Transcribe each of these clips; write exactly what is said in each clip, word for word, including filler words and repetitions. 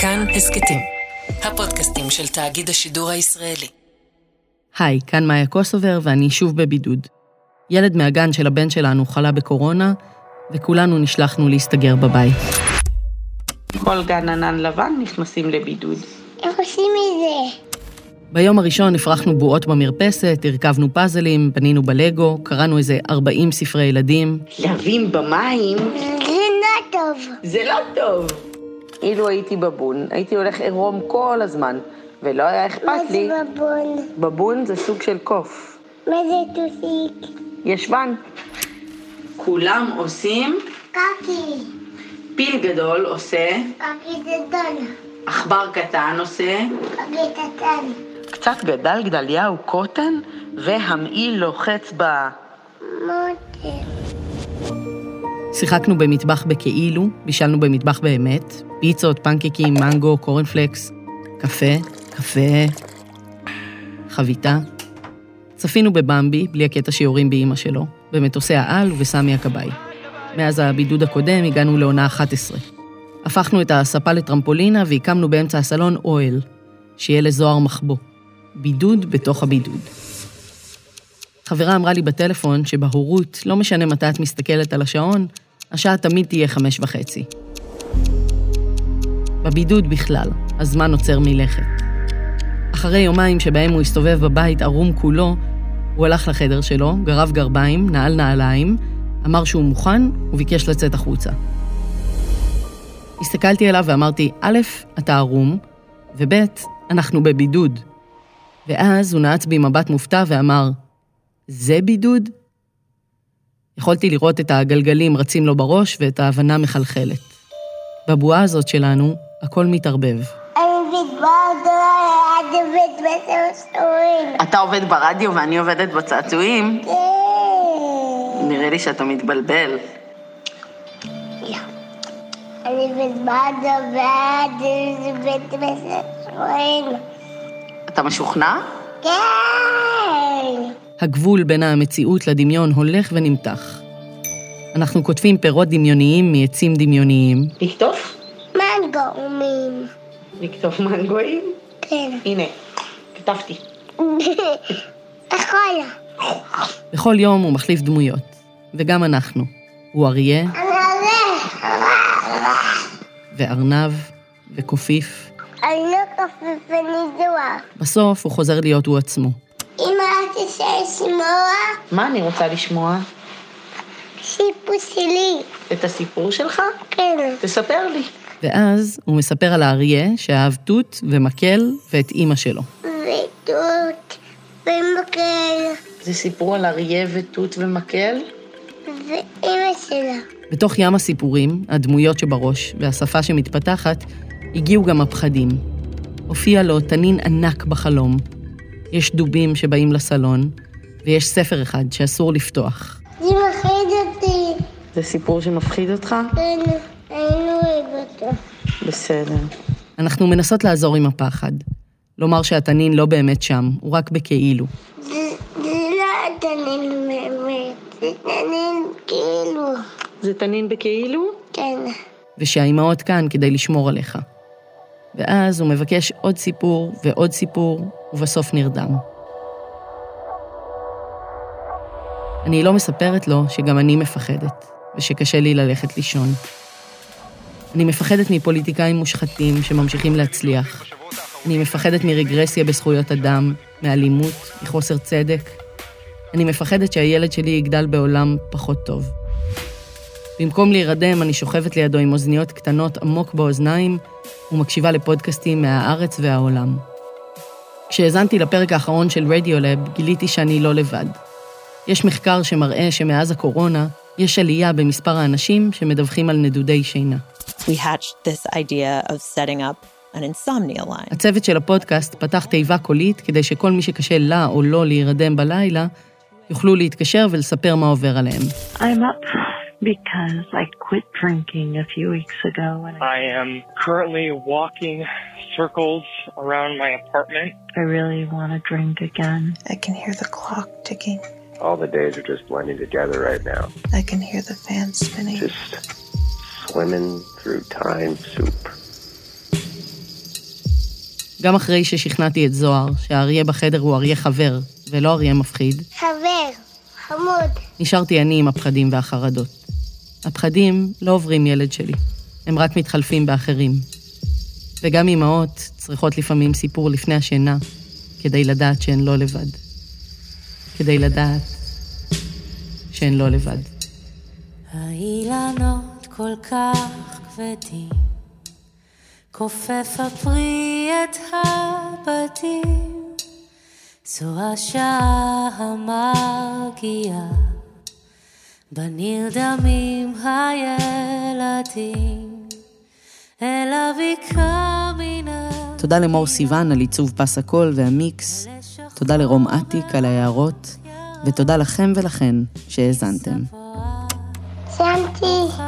כאן הסקטים, הפודקאסטים של תאגיד השידור הישראלי. היי, כאן מאיה קוסובר ואני שוב בבידוד. ילד מהגן של הבן שלנו חלה בקורונה, וכולנו נשלחנו להסתגר בבית. כל גן ענן לבן נכנסים לבידוד. איך עושים את זה? ביום הראשון הפרחנו בועות במרפסת, הרכבנו פאזלים, בנינו בלגו, קראנו איזה ארבעים ספרי ילדים. להבים במים? זה לא טוב. זה לא טוב. אילו הייתי בבון, הייתי הולך עירום כל הזמן, ולא היה אכפת לי. מה זה בבון? בבון זה סוג של קוף. מה זה תוסיק? ישבן. כולם עושים? קקי. פיל גדול עושה? קקי גדול. עכבר קטן עושה? קקי קטן. קצת גדל גדליהו קוטן, והמעיל לוחץ ב... מוטר. שיחקנו במטבח בכאילו, בישלנו במטבח באמת, פיצות, פנקקים, מנגו, קורנפלקס, קפה, קפה, חביתה. צפינו בבמבי, בלי הקטע שיורים באמא שלו, במטוסי העל ובסמי הקבאי. מאז הבידוד הקודם הגענו לעונה אחת עשרה. הפכנו את הספה לטרמפולינה והקמנו באמצע הסלון אוהל, שיהיה לזוהר מחבוא. בידוד בתוך הבידוד. חברה אמרה לי בטלפון שבהורות, לא משנה מתי את מסתכלת על השעון, השעה תמיד תהיה חמש וחצי. בבידוד בכלל, הזמן עוצר מלכת. אחרי יומיים שבהם הוא הסתובב בבית ערום כולו, הוא הלך לחדר שלו, גרב גרביים, נעל נעליים, אמר שהוא מוכן וביקש לצאת החוצה. הסתכלתי אליו ואמרתי, א', אתה ערום, וב', אנחנו בבידוד. ואז הוא נעץ בי מבט מופתע ואמר, זה בידוד? יכולתי לראות את הגלגלים רצים לו בראש ואת ההבנה מחלחלת. בבועה הזאת שלנו, הכל מתערבב. אני עובד בצעצועים. אתה עובד ברדיו ואני עובדת בצעצועים? כן. נראה לי שאתה מתבלבל. אני עובד ברדיו ואני עובד בצעצועים. אתה משוכנע? כן. הגבול בין המציאות לדמיון הולך ונמתח. אנחנו כותבים פירות דמיוניים מעצים דמיוניים. לכתוב? מנגואים. לכתוב מנגואים? כן. הנה, כתבתי. הכל. בכל יום הוא מחליף דמויות, וגם אנחנו. הוא אריה, וארנב, וקופיף. אני לא כופף ונידוע. בסוף הוא חוזר להיות הוא עצמו. אמא, את רוצה לשמוע? מה אני רוצה לשמוע? סיפור שלי. את הסיפור שלך? כן. תספר לי. ואז הוא מספר על האריה שאהב תות ומקל ואת אמא שלו. ותות ומקל. זה סיפור על אריה ותות ומקל? ואמא שלה. בתוך ים הסיפורים, הדמויות שבראש והשפה שמתפתחת, הגיעו גם הפחדים. הופיע לו תנין ענק בחלום. יש דובים שבאים לסלון, ויש ספר אחד שאסור לפתוח. זה מפחיד אותי. זה סיפור שמפחיד אותך? כן, אני לא אוהב אותו. בסדר. אנחנו מנסות לעזור עם הפחד. לומר שהתנין לא באמת שם, הוא רק בכאילו. זה, זה לא תנין באמת, זה תנין כאילו. זה תנין בכאילו? כן. ושהאימהות כאן כדי לשמור עליך. ואז הוא מבקש עוד סיפור ועוד סיפור, ובסוף נרדם. אני לא מספרת לו שגם אני מפחדת, ושקשה לי ללכת לישון. אני מפחדת מפוליטיקאים מושחתים שממשיכים להצליח. אני מפחדת מרגרסיה בזכויות אדם, מאלימות, מחוסר צדק. אני מפחדת שהילד שלי יגדל בעולם פחות טוב. במקום להירדם, אני שוכבת לידו עם אוזניות קטנות עמוק באוזניים, ומקשיבה לפודקאסטים מהארץ והעולם. כשהזנתי לפרק האחרון של רדיולאב, גיליתי שאני לא לבד. יש מחקר שמראה שמאז הקורונה, יש עלייה במספר האנשים שמדווחים על נדודי שינה. We hatched this idea of setting up an insomnia line. הצוות של הפודקאסט פתח תיבה קולית כדי שכל מי שקשה לה או לא להירדם בלילה, יוכלו להתקשר ולספר מה עובר עליהם. I'm up because I quit drinking a few weeks ago. And I, I am currently walking circles around my apartment. I really want to drink again. I can hear the clock ticking. All the days are just blending together right now. I can hear the fan spinning. Just swimming through time soup. גם אחרי ששכנעתי את זוהר, שהאריה בחדר הוא אריה חבר, ולא אריה מפחיד. חבר, חמוד. נשארתי אני עם הפחדים והחרדות. הפחדים לא עוברים ילד שלי, הם רק מתחלפים באחרים. וגם אמהות צריכות לפעמים סיפור לפני השינה, כדי לדעת שהן לא לבד. כדי לדעת שהן לא לבד. האילנות כל כך כבדים, כופף הפרי את הבתים, זו השעה המרגיעה, בנרדמים הילדים, אל הבקעה מן ה... תודה למור סיוון על עיצוב פס הקול והמיקס, תודה לרום עתיק על ההערות, ותודה לכם ולכן שהאזנתם. סיימתי.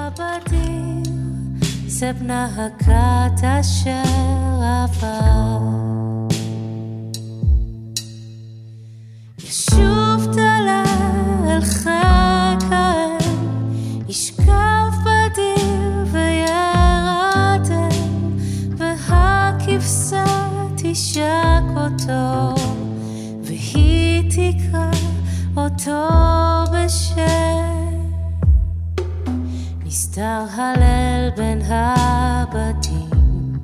זה בנה הכת אשר עבר, ישוב תלה אל חק האם, ישכב בדיר וירדם, והכבשה תשק אותו, והיא תקרא אותו בשם. נסתר הלל בין הבתים,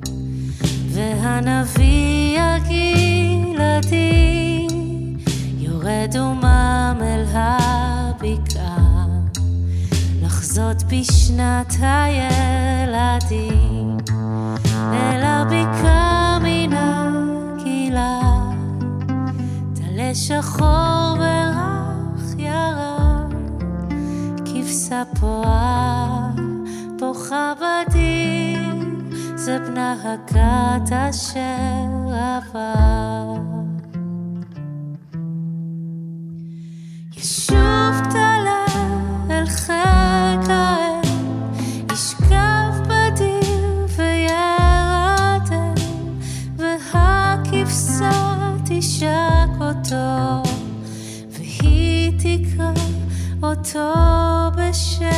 והנביא הגלעדי יורד אומם אל הבקעה, לחזות בשנת הילדים, אל הבקעה מן הגלעד, תלה שחור ורח ירד, כבשה פועה בוכה בדיר, זה בנה הכת אשר עבר. ישוב תלה אל חק האם, ישכב בדיר וירדם, והכבשה תשק אותו, והיא תקרא אותו בשם.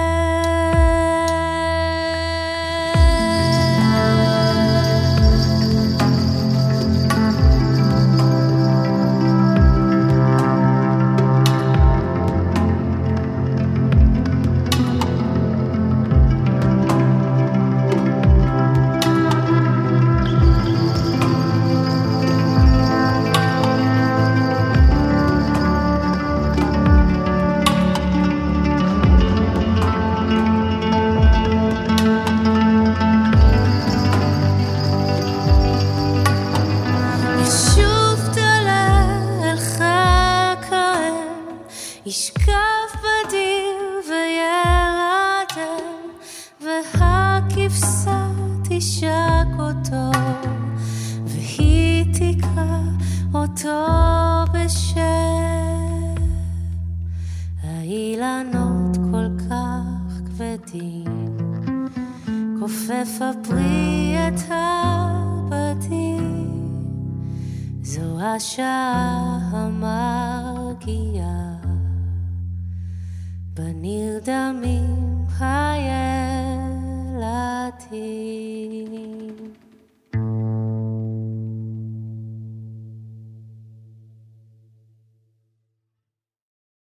ישכב בדיר וירדם, והכבשה תשק אותו, והיא תקרא אותו בשם. האילנות כל כך כבדים, כופף הפרי את הבתים, זו השעה המרגיעה, בנרדמים הילדים.